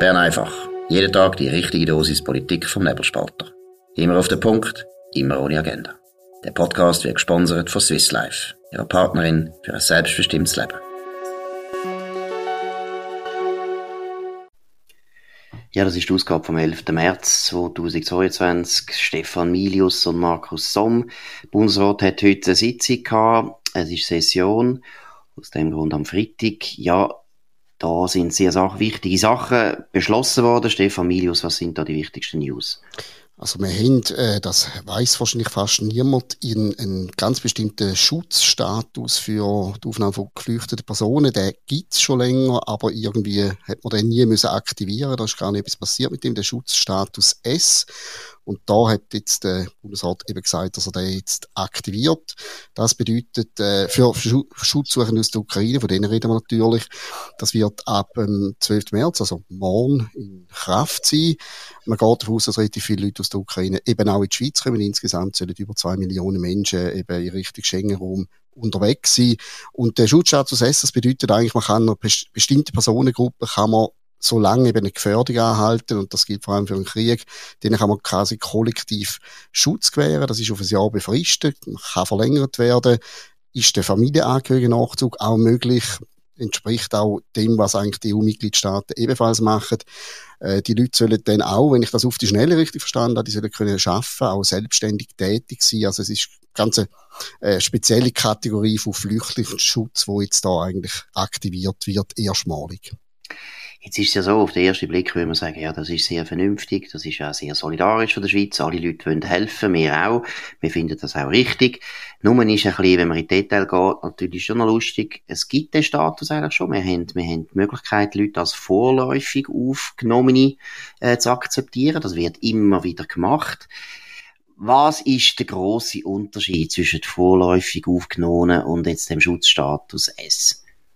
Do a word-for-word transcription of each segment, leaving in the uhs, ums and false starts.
Bern einfach. Jeden Tag die richtige Dosis Politik vom Nebelspalter. Immer auf den Punkt, immer ohne Agenda. Der Podcast wird gesponsert von Swiss Life, ihrer Partnerin für ein selbstbestimmtes Leben. Ja, das ist die Ausgabe vom elften März zweitausendzweiundzwanzig. Stefan Milius und Markus Somm. Der Bundesrat hat heute eine Sitzung gehabt. Es ist Session. Aus dem Grund am Freitag. Ja, da sind sehr wichtige Sachen beschlossen worden. Stefan Milius, was sind da die wichtigsten News? Also wir haben, äh, das weiss wahrscheinlich fast niemand, in einen ganz bestimmten Schutzstatus für die Aufnahme von geflüchteten Personen. Den gibt's schon länger, aber irgendwie hat man den nie müssen aktivieren. Da ist gar nicht etwas passiert mit dem, der Schutzstatus S. Und da hat jetzt der Bundesrat eben gesagt, dass er den jetzt aktiviert. Das bedeutet, äh, für Schutzsuchende aus der Ukraine, von denen reden wir natürlich, das wird ab dem zwölften März, also morgen, in Kraft sein. Man geht davon aus, dass relativ viele Leute aus der Ukraine eben auch in die Schweiz kommen. Insgesamt sollen über zwei Millionen Menschen eben in Richtung Schengen-Raum unterwegs sein. Und der Schutzstatus S, das bedeutet eigentlich, man kann eine bestimmte Personengruppen kann man so lange eben eine Gefährdung anhalten, und das gilt vor allem für einen Krieg, denen kann man quasi kollektiv Schutz gewähren. Das ist auf ein Jahr befristet, kann verlängert werden. Ist der Familienangehörigen-Nachzug auch möglich? Entspricht auch dem, was eigentlich die E U-Mitgliedstaaten ebenfalls machen. Äh, die Leute sollen dann auch, wenn ich das auf die Schnelle richtig verstanden habe, die sollen können arbeiten, auch selbstständig tätig sein. Also es ist eine ganz äh, spezielle Kategorie von Flüchtlingsschutz, die jetzt da eigentlich aktiviert wird, erstmalig. Jetzt ist es ja so, auf den ersten Blick würde man sagen, ja, das ist sehr vernünftig, das ist auch sehr solidarisch von der Schweiz, alle Leute wollen helfen, wir auch, wir finden das auch richtig. Nur ist ein bisschen, wenn man in die Detail geht, natürlich schon noch lustig, es gibt den Status eigentlich schon, wir haben, wir haben die Möglichkeit, Leute als vorläufig Aufgenommene äh, zu akzeptieren, das wird immer wieder gemacht. Was ist der grosse Unterschied zwischen vorläufig Aufgenommenen und jetzt dem Schutzstatus S?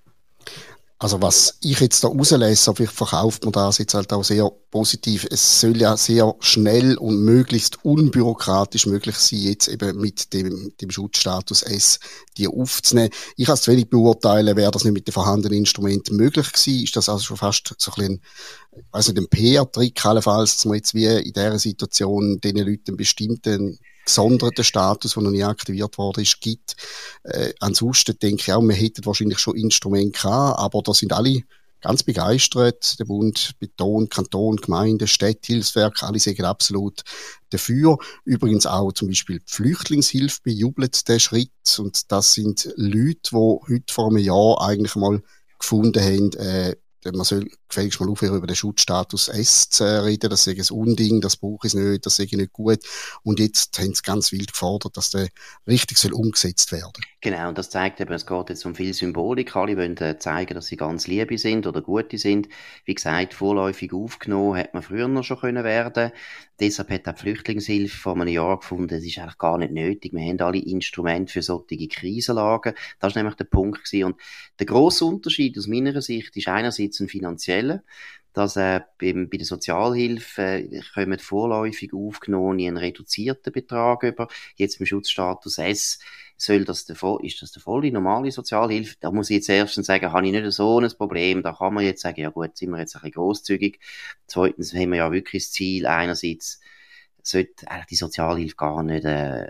Also was ich jetzt da rauslese, vielleicht verkauft man das jetzt halt auch sehr positiv. Es soll ja sehr schnell und möglichst unbürokratisch möglich sein, jetzt eben mit dem, dem Schutzstatus S die aufzunehmen. Ich kann es zu wenig beurteilen, wäre das nicht mit den vorhandenen Instrumenten möglich gewesen. Ist das also schon fast so ein bisschen, ich weiss nicht, ein P R-Trick allenfalls, dass man jetzt wie in dieser Situation den Leuten einen bestimmten gesonderten Status, der noch nie aktiviert worden ist, gibt. Äh, ansonsten denke ich auch, wir hätten wahrscheinlich schon Instrumente gehabt, aber da sind alle ganz begeistert. Der Bund betont, Kanton, Gemeinden, Städte, Hilfswerke, alle sagen absolut dafür. Übrigens auch zum Beispiel die Flüchtlingshilfe bejubelt den Schritt. Und das sind Leute, die heute vor einem Jahr eigentlich mal gefunden haben, äh, man soll gefälligst mal aufhören, über den Schutzstatus S zu reden. Das ist ein Unding, das brauche ich nicht, das ist nicht gut. Und jetzt haben sie ganz wild gefordert, dass der richtig soll umgesetzt werden. Genau, und das zeigt eben, es geht jetzt um viel Symbolik. Alle wollen äh, zeigen, dass sie ganz liebe sind oder gute sind. Wie gesagt, vorläufig aufgenommen hat man früher noch schon können werden. Deshalb hat auch die Flüchtlingshilfe vor einem Jahr gefunden, es ist eigentlich gar nicht nötig. Wir haben alle Instrumente für solche Krisenlagen. Das war nämlich der Punkt gewesen. Und der grosse Unterschied aus meiner Sicht ist einerseits ein finanzieller, dass äh, beim, bei der Sozialhilfe äh, kommen vorläufig aufgenommen einen reduzierten Betrag über. Jetzt beim Schutzstatus S soll das der, ist das der volle normale Sozialhilfe? Da muss ich jetzt erstens sagen, habe ich nicht so ein Problem. Da kann man jetzt sagen, ja gut, sind wir jetzt ein bisschen grosszügig. Zweitens haben wir ja wirklich das Ziel, einerseits sollte eigentlich die Sozialhilfe gar nicht äh,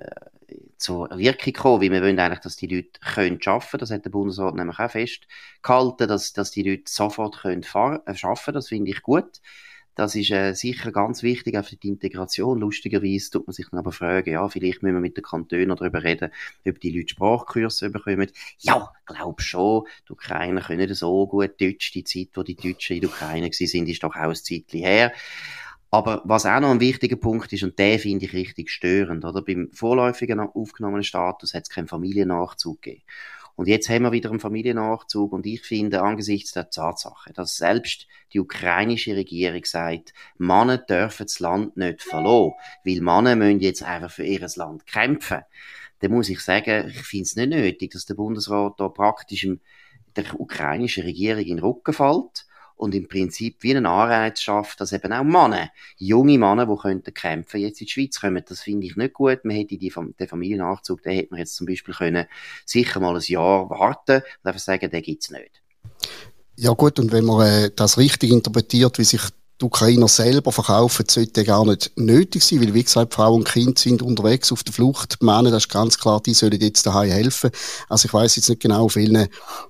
zur Wirkung kommen, weil wir wollen eigentlich, dass die Leute können arbeiten. Das hat der Bundesrat nämlich auch festgehalten, dass, dass die Leute sofort können fahren, äh, arbeiten. Das finde ich gut. Das ist äh, sicher ganz wichtig auch für die Integration. Lustigerweise tut man sich dann aber fragen, ja, vielleicht müssen wir mit den Kantonen darüber reden, ob die Leute Sprachkurse bekommen. Ja, glaub schon. Die Ukrainer können so gut Deutsch. Die Zeit, wo die Deutschen in der Ukraine waren, ist doch auch ein Zeitchen her. Aber was auch noch ein wichtiger Punkt ist, und den finde ich richtig störend, oder? Beim vorläufigen aufgenommenen Status hat es keinen Familiennachzug gegeben. Und jetzt haben wir wieder einen Familiennachzug, und ich finde, angesichts der Tatsache, dass selbst die ukrainische Regierung sagt, Männer dürfen das Land nicht verlassen, weil Männer müssen jetzt einfach für ihr Land kämpfen, dann muss ich sagen, ich finde es nicht nötig, dass der Bundesrat da praktisch der ukrainischen Regierung in den Rücken fällt und im Prinzip wie einen Anreiz schafft, dass eben auch Männer, junge Männer, die könnten kämpfen, jetzt in die Schweiz kommen. Das finde ich nicht gut. Man hätte die, den Familiennachzug, den hätte man jetzt zum Beispiel können, sicher mal ein Jahr warten und einfach sagen, den gibt's nicht. Ja gut, und wenn man äh, das richtig interpretiert, wie sich die Ukrainer selber verkaufen, sollte gar nicht nötig sein, weil, wie gesagt, Frauen und Kinder sind unterwegs auf der Flucht. Die Männer, das ist ganz klar, die sollen jetzt daheim helfen. Also ich weiss jetzt nicht genau, auf welchen,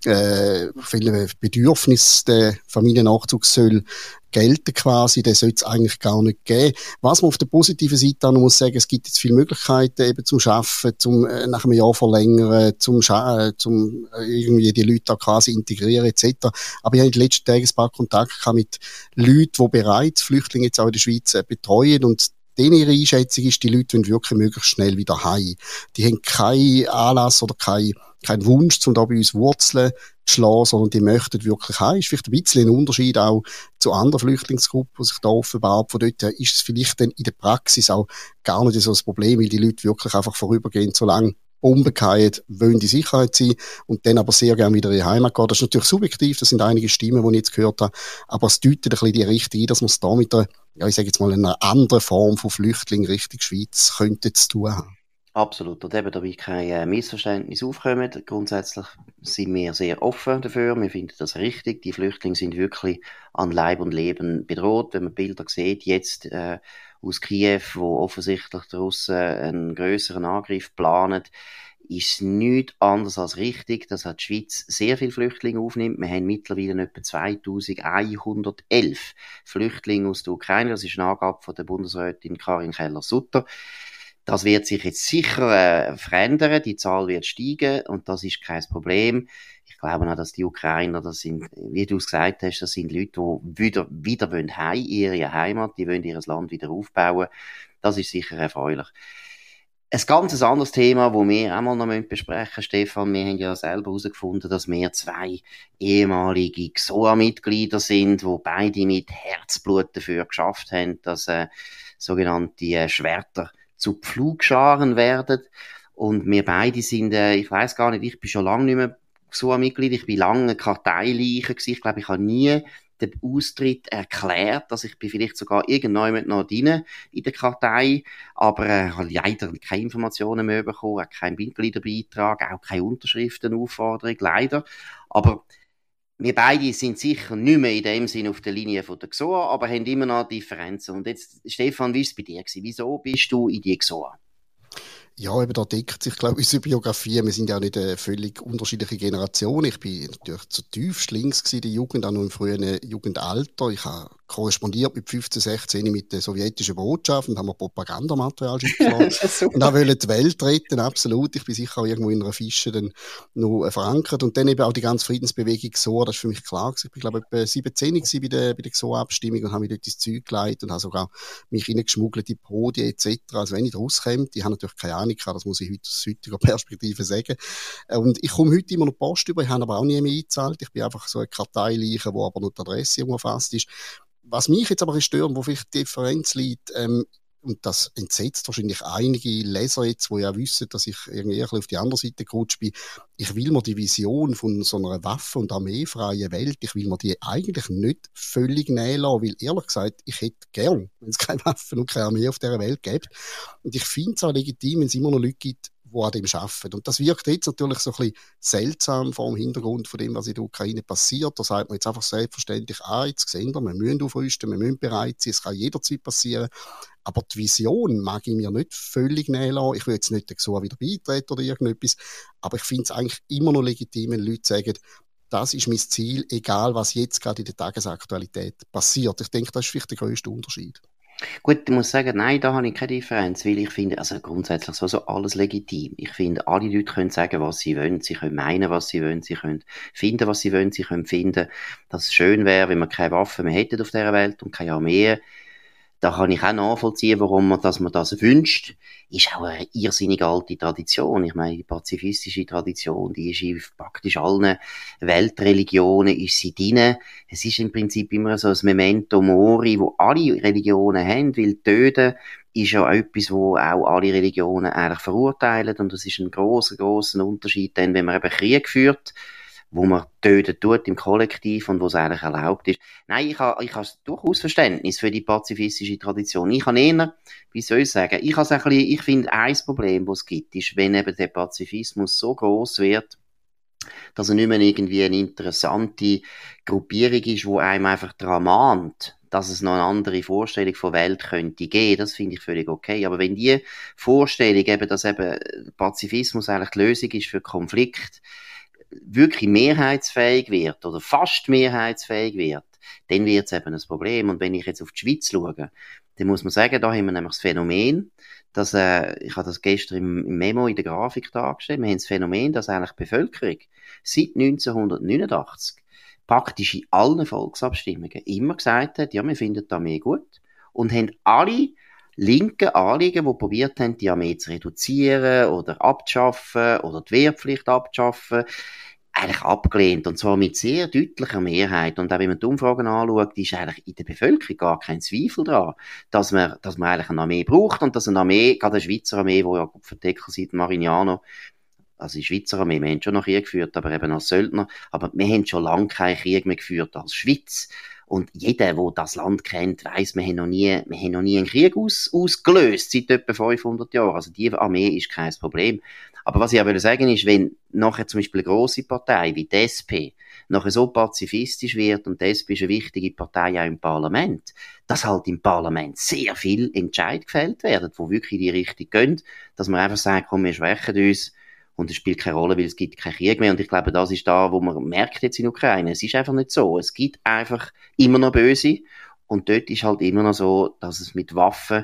äh, auf welchen Bedürfnis der Familiennachzug soll gelten quasi, den sollte es eigentlich gar nicht geben. Was man auf der positiven Seite auch noch muss sagen, es gibt jetzt viele Möglichkeiten eben zum Arbeiten, zum äh, nach einem Jahr verlängern, zum, Scha- äh, zum äh, irgendwie die Leute da quasi integrieren et cetera. Aber ich habe in den letzten Tagen ein paar Kontakte gehabt mit Leuten, die bereits Flüchtlinge jetzt auch in der Schweiz äh, betreuen, und denen ihre Einschätzung ist, die Leute wollen wirklich möglichst schnell wieder heim. Die haben keinen Anlass oder keinen kein Wunsch, um da bei uns Wurzeln zu schlagen, sondern die möchten wirklich heim. Ist vielleicht ein bisschen ein Unterschied auch zu anderen Flüchtlingsgruppen, die sich da offenbart. Von dort her ist es vielleicht dann in der Praxis auch gar nicht so ein Problem, weil die Leute wirklich einfach vorübergehend so lange Bomben fallen, wollen die Sicherheit sein und dann aber sehr gerne wieder in die Heimat gehen. Das ist natürlich subjektiv, das sind einige Stimmen, die ich jetzt gehört habe, aber es deutet ein bisschen die Richtung ein, dass man es da mit einer, ja, ich sage jetzt mal, einer anderen Form von Flüchtlingen Richtung Schweiz könnte zu tun haben. Absolut. Und eben dabei kein äh, Missverständnis aufkommen. Grundsätzlich sind wir sehr offen dafür. Wir finden das richtig. Die Flüchtlinge sind wirklich an Leib und Leben bedroht. Wenn man Bilder sieht, jetzt äh, aus Kiew, wo offensichtlich die Russen einen grösseren Angriff planen, ist nichts anderes als richtig, dass die Schweiz sehr viele Flüchtlinge aufnimmt. Wir haben mittlerweile etwa zweitausendeinhundertelf Flüchtlinge aus der Ukraine. Das ist eine Angabe von der Bundesrätin Karin Keller-Sutter. Das wird sich jetzt sicher äh, verändern, die Zahl wird steigen und das ist kein Problem. Ich glaube auch, dass die Ukrainer, das sind, wie du es gesagt hast, das sind Leute, die wieder, wieder wollen heim, ihre Heimat, die wollen ihr Land wieder aufbauen. Das ist sicher erfreulich. Ein ganz anderes Thema, das wir auch mal noch besprechen müssen, Stefan, wir haben ja selber herausgefunden, dass wir zwei ehemalige G S O A-Mitglieder sind, die beide mit Herzblut dafür geschafft haben, dass äh, sogenannte äh, Schwerter zu Pflugscharen werden. Und wir beide sind, äh, ich weiss gar nicht, ich bin schon lange nicht mehr so ein Mitglied, ich bin lange Karteileiche gewesen. Ich glaube, ich habe nie den Austritt erklärt, dass ich bin vielleicht sogar irgendjemand noch drin in der Kartei, aber äh, habe leider keine Informationen mehr bekommen, auch keinen Mitgliederbeitrag, auch keine Unterschriftenaufforderung, leider. Aber wir beide sind sicher nicht mehr in dem Sinn auf der Linie von der G S O A, aber haben immer noch Differenzen. Und jetzt, Stefan, wie war es bei dir gewesen? Wieso bist du in die G S O A? Ja, eben da deckt sich, glaube ich, unsere Biografie. Wir sind ja auch nicht eine völlig unterschiedliche Generation. Ich bin natürlich zutiefst links gewesen in der Jugend, auch noch im frühen Jugendalter. Ich habe korrespondiert mit fünfzehn, sechzehn mit der sowjetischen Botschaft und haben mir Propagandamaterial schicken lassen. Und auch wollen die Welt retten, absolut. Ich bin sicher auch irgendwo in einer Fische dann noch verankert. Und dann eben auch die ganze Friedensbewegung G S O A, das ist für mich klar gewesen. Ich bin, glaube ich, etwa siebzehn gewesen bei der, bei der G S O A-Abstimmung und habe mich dort ins Zeug geleitet und habe sogar mich reingeschmuggelt in Podien et cetera. Also wenn ich rauskomme, die haben natürlich keine Ahnung gehabt, das muss ich heute aus heutiger Perspektive sagen. Und ich komme heute immer noch Post über, ich habe aber auch nie mehr eingezahlt. Ich bin einfach so eine Karteileiche, wo aber noch die Adresse irgendwo erfasst ist. Was mich jetzt aber stört, wo vielleicht die Differenz liegt, ähm, und das entsetzt wahrscheinlich einige Leser jetzt, die ja wissen, dass ich irgendwie ein bisschen auf die andere Seite gerutscht bin. Ich will mir die Vision von so einer Waffen- und armeefreien Welt, ich will mir die eigentlich nicht völlig nähen lassen, weil ehrlich gesagt, ich hätte gern, wenn es keine Waffen und keine Armee auf dieser Welt gibt. Und ich finde es auch legitim, wenn es immer noch Leute gibt, die an dem arbeiten. Und das wirkt jetzt natürlich so ein bisschen seltsam vor dem Hintergrund von dem, was in der Ukraine passiert. Da sagt man jetzt einfach selbstverständlich, ah, jetzt sehen wir, wir müssen aufrüsten, wir müssen bereit sein, es kann jederzeit passieren. Aber die Vision mag ich mir nicht völlig nähen lassen. Ich will jetzt nicht so wieder beitreten oder irgendetwas. Aber ich finde es eigentlich immer noch legitim, wenn Leute sagen, das ist mein Ziel, egal was jetzt gerade in der Tagesaktualität passiert. Ich denke, das ist vielleicht der grösste Unterschied. Gut, ich muss sagen, nein, da habe ich keine Differenz, weil ich finde, also grundsätzlich so, so alles legitim. Ich finde, alle Leute können sagen, was sie wollen, sie können meinen, was sie wollen, sie können finden, was sie wollen, sie können finden, dass es schön wäre, wenn wir keine Waffen mehr hätten auf dieser Welt und keine Armee. Da kann ich auch nachvollziehen, warum man, dass man das wünscht. Ist auch eine irrsinnig alte Tradition. Ich meine, die pazifistische Tradition, die ist in praktisch allen Weltreligionen, ist sie drin. Es ist im Prinzip immer so ein Memento Mori, wo alle Religionen haben, weil Töten ist ja etwas, wo auch alle Religionen eigentlich verurteilen. Und das ist ein grosser, grosser Unterschied, denn wenn man eben Krieg führt, wo man töten tut im Kollektiv und wo es eigentlich erlaubt ist. Nein, ich habe ich habe durchaus Verständnis für die pazifistische Tradition. Ich habe eher, wie soll ich sagen, ich habe ein bisschen, ich finde, ein Problem, das es gibt, ist, wenn eben der Pazifismus so groß wird, dass er nicht mehr irgendwie eine interessante Gruppierung ist, wo einem einfach daran mahnt, dass es noch eine andere Vorstellung von Welt könnte geben, das finde ich völlig okay. Aber wenn die Vorstellung eben, dass eben Pazifismus eigentlich die Lösung ist für Konflikt, wirklich mehrheitsfähig wird oder fast mehrheitsfähig wird, dann wird es eben ein Problem. Und wenn ich jetzt auf die Schweiz schaue, dann muss man sagen, da haben wir nämlich das Phänomen, dass, äh, ich habe das gestern im, im Memo in der Grafik dargestellt, wir haben das Phänomen, dass eigentlich die Bevölkerung seit neunzehnhundertneunundachtzig praktisch in allen Volksabstimmungen immer gesagt hat, ja, wir finden die Armee gut und haben alle linken Anliegen, die probiert haben, die Armee zu reduzieren oder abzuschaffen oder die Wehrpflicht abzuschaffen, eigentlich abgelehnt. Und zwar mit sehr deutlicher Mehrheit. Und auch wenn man die Umfragen anschaut, ist eigentlich in der Bevölkerung gar kein Zweifel daran, dass man, dass man eigentlich eine Armee braucht und dass eine Armee, gerade eine Schweizer Armee, die ja auf der Deckel seit Marignano, also die Schweizer Armee, wir haben schon noch Krieg geführt, aber eben als Söldner, aber wir haben schon lange keinen Krieg mehr geführt als Schweiz. Und jeder, der das Land kennt, weiss, wir haben noch nie, wir haben noch nie einen Krieg aus, ausgelöst, seit etwa fünfhundert Jahren. Also die Armee ist kein Problem. Aber was ich auch sagen ist, wenn nachher zum Beispiel eine grosse Partei wie die S P nachher so pazifistisch wird, und die S P ist eine wichtige Partei auch im Parlament, dass halt im Parlament sehr viel Entscheid gefällt werden, die wirklich in die Richtung gehen, dass man einfach sagt, komm, wir schwächen uns, und es spielt keine Rolle, weil es gibt keinen Krieg mehr. Und ich glaube, das ist da, wo man merkt jetzt in der Ukraine. Es ist einfach nicht so. Es gibt einfach immer noch Böse. Und dort ist halt immer noch so, dass es mit Waffen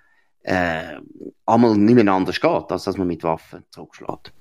äh, einmal nicht mehr anders geht, als dass man mit Waffen zurückschlägt.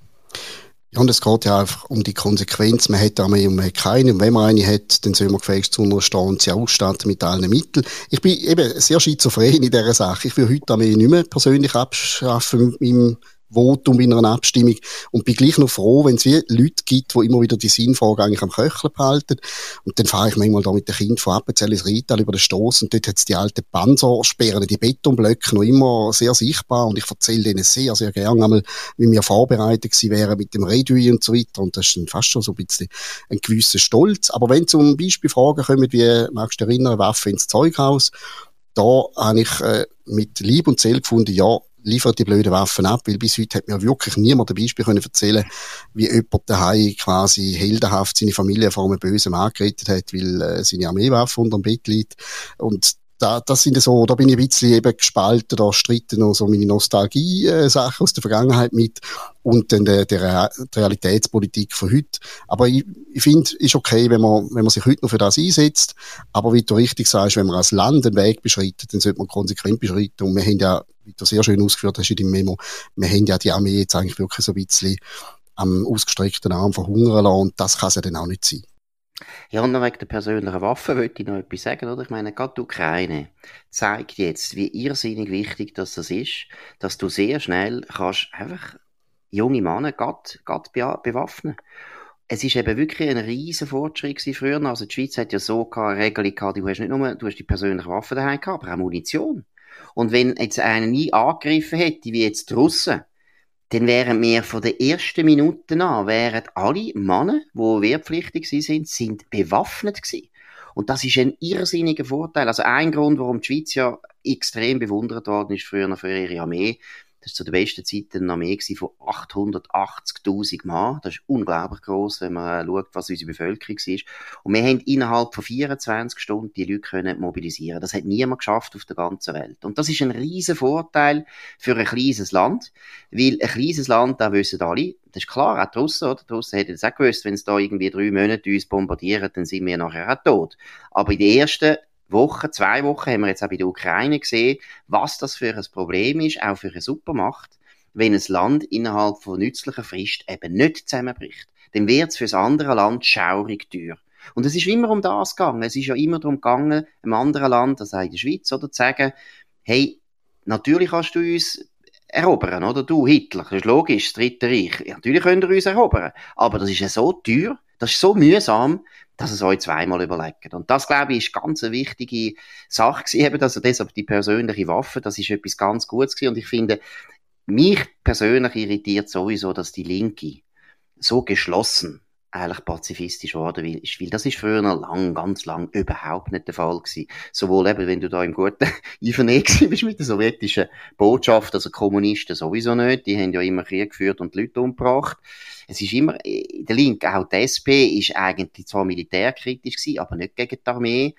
Ja, und es geht ja einfach um die Konsequenz. Man hat Armee und man hat keine. Und wenn man eine hat, dann soll man gefälligst zu unterstehen und sie ausstatten mit allen Mitteln. Ich bin eben sehr schizophren in dieser Sache. Ich will heute die Armee nicht mehr persönlich abschaffen mit meinem Votum in einer Abstimmung und bin gleich noch froh, wenn es wie Leute gibt, die immer wieder die Sinnfrage eigentlich am Köcheln behalten. Und dann fahre ich manchmal da mit den Kindern von Appenzell ins Rital über den Stoss und dort hat es die alten Panzersperren, die Betonblöcke noch immer sehr sichtbar und ich erzähle denen sehr, sehr gerne einmal, wie wir vorbereitet gewesen wären mit dem Redui und so weiter und das ist dann fast schon so ein bisschen ein gewisser Stolz. Aber wenn zum Beispiel Fragen kommen, wie, magst du dich erinnern, Waffe ins Zeughaus, da habe ich äh, mit Lieb und Seele gefunden, ja, liefert die blöden Waffen ab, weil bis heute hat mir wirklich niemand ein Beispiel können erzählen, wie jemand daheim quasi heldenhaft seine Familie vor einem bösen Mann gerettet hat, weil äh, seine Armeewaffe unter dem Bett liegt. Und da, das sind so, da bin ich ein bisschen eben gespalten, da streiten noch so meine Nostalgie-Sachen aus der Vergangenheit mit und dann der, der, die Realitätspolitik von heute. Aber ich, ich finde, ist okay, wenn man, wenn man sich heute noch für das einsetzt. Aber wie du richtig sagst, wenn man als Land einen Weg beschreitet, dann sollte man konsequent beschreiten. Und wir haben ja, wie du sehr schön ausgeführt hast in deinem Memo, wir haben ja die Armee jetzt eigentlich wirklich so ein bisschen am ausgestreckten Arm verhungern lassen und das kann es ja dann auch nicht sein. Ja, und noch wegen der persönlichen Waffen wollte ich noch etwas sagen, oder? Ich meine, gerade die Ukraine zeigt jetzt, wie irrsinnig wichtig das ist, dass du sehr schnell kannst einfach junge Männer grad, grad bewaffnen. Es ist eben wirklich ein riesen Fortschritt gewesen früher. Also die Schweiz hat ja so eine Regelung gehabt, du hast nicht nur, du hast die persönlichen Waffen daheim gehabt, aber auch Munition. Und wenn jetzt einer nie angegriffen hätte, wie jetzt die Russen, dann wären wir von den ersten Minuten an, wären alle Männer, die wehrpflichtig sind, sind bewaffnet gewesen. Und das ist ein irrsinniger Vorteil. Also ein Grund, warum die Schweiz ja extrem bewundert worden ist früher für ihre Armee. Das war zu der besten Zeit eine Armee von achthundertachtzigtausend Mann. Das ist unglaublich gross, wenn man schaut, was unsere Bevölkerung ist. Und wir haben innerhalb von vierundzwanzig Stunden die Leute können mobilisieren. Das hat niemand geschafft auf der ganzen Welt. Und das ist ein riesen Vorteil für ein kleines Land. Weil ein kleines Land, da wissen alle, das ist klar, auch die Russen, oder? Die Russen hätten es auch gewusst, wenn es da irgendwie drei Monate uns bombardieren, dann sind wir nachher auch tot. Aber in den ersten Wochen, zwei Wochen haben wir jetzt auch bei der Ukraine gesehen, was das für ein Problem ist, auch für eine Supermacht, wenn ein Land innerhalb von nützlicher Frist eben nicht zusammenbricht. Dann wird es für das andere Land schaurig teuer. Und es ist immer um das gegangen. Es ist ja immer darum gegangen, einem anderen Land, das sei in der Schweiz, oder, zu sagen, hey, natürlich kannst du uns erobern, oder? Du, Hitler, das ist logisch, das Dritte Reich. Ja, natürlich könnt ihr uns erobern. Aber das ist ja so teuer, das ist so mühsam, dass es euch zweimal überlegt. Und das, glaube ich, ist ganz eine wichtige Sache gewesen, eben, also deshalb die persönliche Waffe, das ist etwas ganz Gutes gewesen. Und ich finde, mich persönlich irritiert sowieso, dass die Linke so geschlossen eigentlich pazifistisch geworden ist, weil das ist früher noch lang, ganz lang überhaupt nicht der Fall gewesen. Sowohl eben, wenn du da im guten Einvernehmen bist mit der sowjetischen Botschaft, also Kommunisten sowieso nicht, die haben ja immer Krieg geführt und die Leute umgebracht. Es ist immer, in der Linken, auch die S P ist eigentlich zwar militärkritisch gewesen, aber nicht gegen die Armee.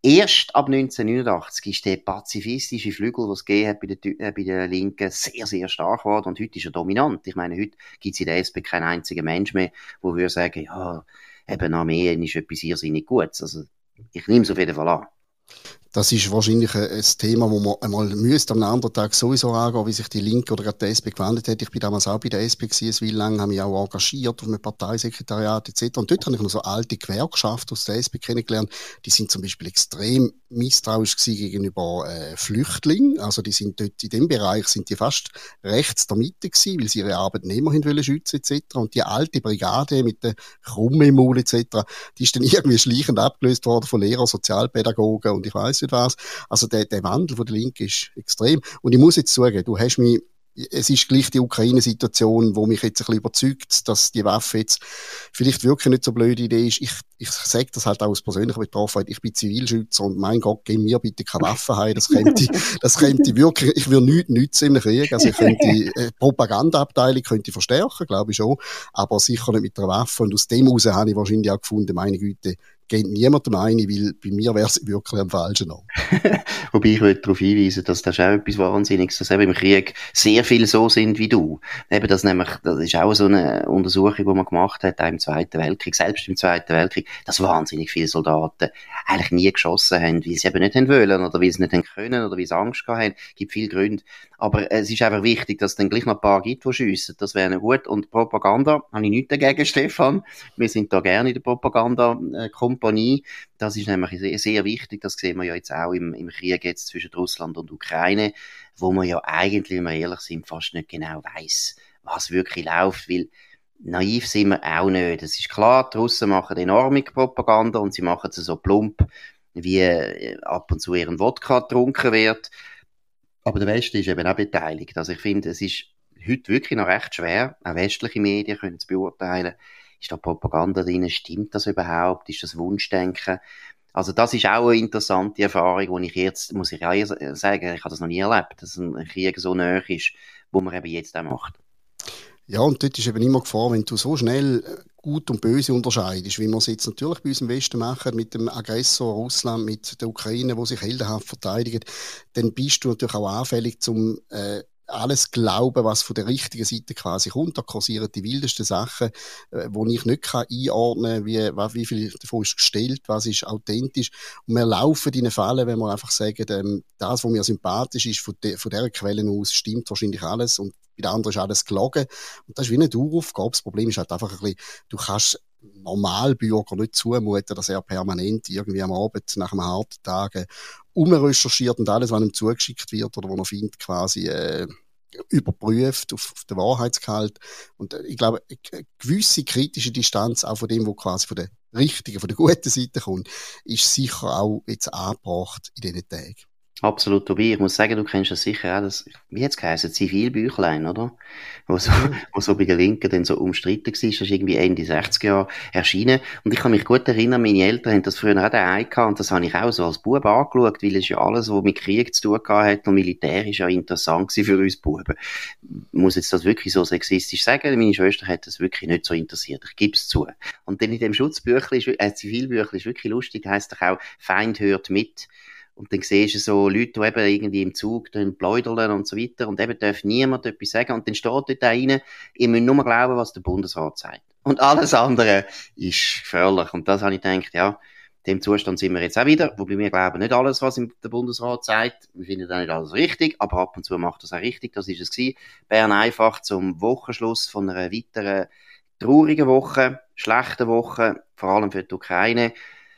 Erst ab neunzehnhundertneunundachtzig ist der pazifistische Flügel, den es gegeben hat bei den, äh, bei den Linken, sehr, sehr stark geworden. Und heute ist er dominant. Ich meine, heute gibt es in der S P keinen einzigen Mensch mehr, der würde sagen, ja, eben Armeen ist etwas irrsinnig Gutes. Also, ich nehme es auf jeden Fall an. Das ist wahrscheinlich ein Thema, das man einmal müsste am anderen Tag sowieso angehen, wie sich die Linke oder gerade die S P gewandelt hat. Ich bin damals auch bei der S P gewesen, wie lange, habe mich auch engagiert auf einem Parteisekretariat et cetera. Und dort habe ich noch so alte Gewerkschaften aus der S P kennengelernt. Die sind zum Beispiel extrem misstrauisch gewesen gegenüber äh, Flüchtlingen. Also die sind dort in dem Bereich sind die fast rechts der Mitte gewesen, weil sie ihre Arbeitnehmer hin wollen schützen et cetera. Und die alte Brigade mit den Krummemul et cetera, die ist dann irgendwie schleichend abgelöst worden von Lehrern, Sozialpädagogen und ich weiss nicht was. Also der, der Wandel von der Linken ist extrem. Und ich muss jetzt sagen, du hast mich, es ist gleich die Ukraine-Situation, wo mich jetzt ein bisschen überzeugt, dass die Waffe jetzt vielleicht wirklich nicht so eine blöde Idee ist. Ich, ich sage das halt auch aus persönlicher Betroffenheit. Ich bin Zivilschützer und mein Gott, gib mir bitte keine Waffen heim. Das könnte, das könnte wirklich, ich würde nichts nützen im Krieg. Also ich könnte die äh, Propagandaabteilung könnte verstärken, glaube ich schon. Aber sicher nicht mit einer Waffe. Und aus dem heraus habe ich wahrscheinlich auch gefunden, meine Güte, geht niemandem eine, weil bei mir wäre es wirklich am falschen Ort. Wobei ich will darauf hinweisen, dass das auch etwas Wahnsinniges, dass eben im Krieg sehr viele so sind wie du. Eben das nämlich, das ist auch so eine Untersuchung, die man gemacht hat, auch im Zweiten Weltkrieg, selbst im Zweiten Weltkrieg, dass wahnsinnig viele Soldaten eigentlich nie geschossen haben, weil sie eben nicht haben wollen oder weil sie nicht haben können oder weil sie Angst gehabt haben. Es gibt viele Gründe. Aber es ist einfach wichtig, dass es dann gleich noch ein paar gibt, die schiessen. Das wäre gut. Und Propaganda, habe ich nichts dagegen, Stefan. Wir sind da gerne in der Propaganda-Kompanie. Das ist nämlich sehr, sehr wichtig. Das sehen wir ja jetzt auch im, im Krieg jetzt zwischen Russland und Ukraine, wo man ja eigentlich, wenn wir ehrlich sind, fast nicht genau weiss, was wirklich läuft. Weil naiv sind wir auch nicht. Es ist klar, die Russen machen enorme Propaganda und sie machen es so plump, wie ab und zu ihren Wodka getrunken wird. Aber der Westen ist eben auch beteiligt. Also ich finde, es ist heute wirklich noch recht schwer, auch westliche Medien können es beurteilen. Ist da Propaganda drin? Stimmt das überhaupt? Ist das Wunschdenken? Also das ist auch eine interessante Erfahrung, die ich jetzt, muss ich auch sagen, ich habe das noch nie erlebt, dass ein Krieg so nahe ist, wo man eben jetzt auch macht. Ja, und dort ist eben immer Gefahr, wenn du so schnell Gut und Böse unterscheidest, wie wir es jetzt natürlich bei uns im Westen machen, mit dem Aggressor Russland, mit der Ukraine, wo sich heldenhaft verteidigt, dann bist du natürlich auch anfällig zum äh, alles glauben, was von der richtigen Seite quasi kommt. Da kursieren die wildesten Sachen, äh, wo ich nicht kann einordnen kann, wie, wie viel davon ist gestellt, was ist authentisch. Und wir laufen in eine Falle, wenn wir einfach sagen, ähm, das, was mir sympathisch ist, von, de, von dieser Quelle aus, stimmt wahrscheinlich alles und bei der anderen ist alles gelogen. Und das ist wie eine Daueraufgabe. Das Problem ist halt einfach ein bisschen, du kannst Normalbürger nicht zumuten, dass er permanent irgendwie am Abend nach einem harten Tag äh, umrecherchiert und alles, was ihm zugeschickt wird oder was er findet, quasi äh, überprüft auf, auf den Wahrheitsgehalt. Und äh, ich glaube, eine gewisse kritische Distanz auch von dem, was quasi von der richtigen, von der guten Seite kommt, ist sicher auch jetzt angebracht in diesen Tagen. Absolut, Tobi. Ich muss sagen, du kennst das sicher auch, das, wie hat's geheißen, Zivilbüchlein, oder? Wo so, wo so bei den Linken dann so umstritten war, das ist irgendwie Ende sechziger Jahre erschienen. Und ich kann mich gut erinnern, meine Eltern haben das früher auch daheim gehabt, und das habe ich auch so als Bub angeschaut, weil es ja alles, was mit Krieg zu tun gehabt hat, und Militär ist ja interessant gewesen für uns Buben. Ich muss jetzt das wirklich so sexistisch sagen, meine Schwester hat das wirklich nicht so interessiert, ich gebe es zu. Und dann in dem Schutzbüchlein, äh, Zivilbüchlein ist wirklich lustig, heisst doch auch, Feind hört mit. Und dann siehst du so Leute, die eben irgendwie im Zug pläudern und so weiter und eben darf niemand etwas sagen. Und dann steht dort auch rein, ihr müsst nur glauben, was der Bundesrat sagt. Und alles andere ist gefährlich. Und das habe ich gedacht, ja, in dem Zustand sind wir jetzt auch wieder. Wobei wir glauben nicht alles, was der Bundesrat sagt. Wir finden auch nicht alles richtig, aber ab und zu macht das auch richtig. Das ist es gewesen. Bern einfach zum Wochenschluss von einer weiteren traurigen Woche, schlechten Woche, vor allem für die Ukraine.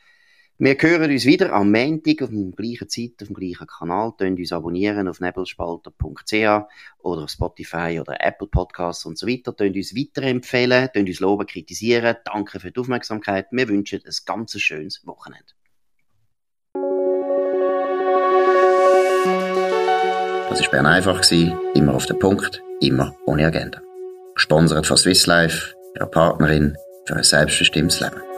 Wir hören uns wieder am Montag auf der gleichen Zeit, auf dem gleichen Kanal. Könnt uns abonnieren auf nebelspalter punkt c h oder auf Spotify oder Apple Podcasts und so weiter. Könnt uns weiterempfehlen, könnt uns loben, kritisieren. Danke für die Aufmerksamkeit. Wir wünschen ein ganz schönes Wochenende. Das war Bern einfach, immer auf den Punkt, immer ohne Agenda. Gesponsert von Swiss Life, ihrer Partnerin für ein selbstbestimmtes Leben.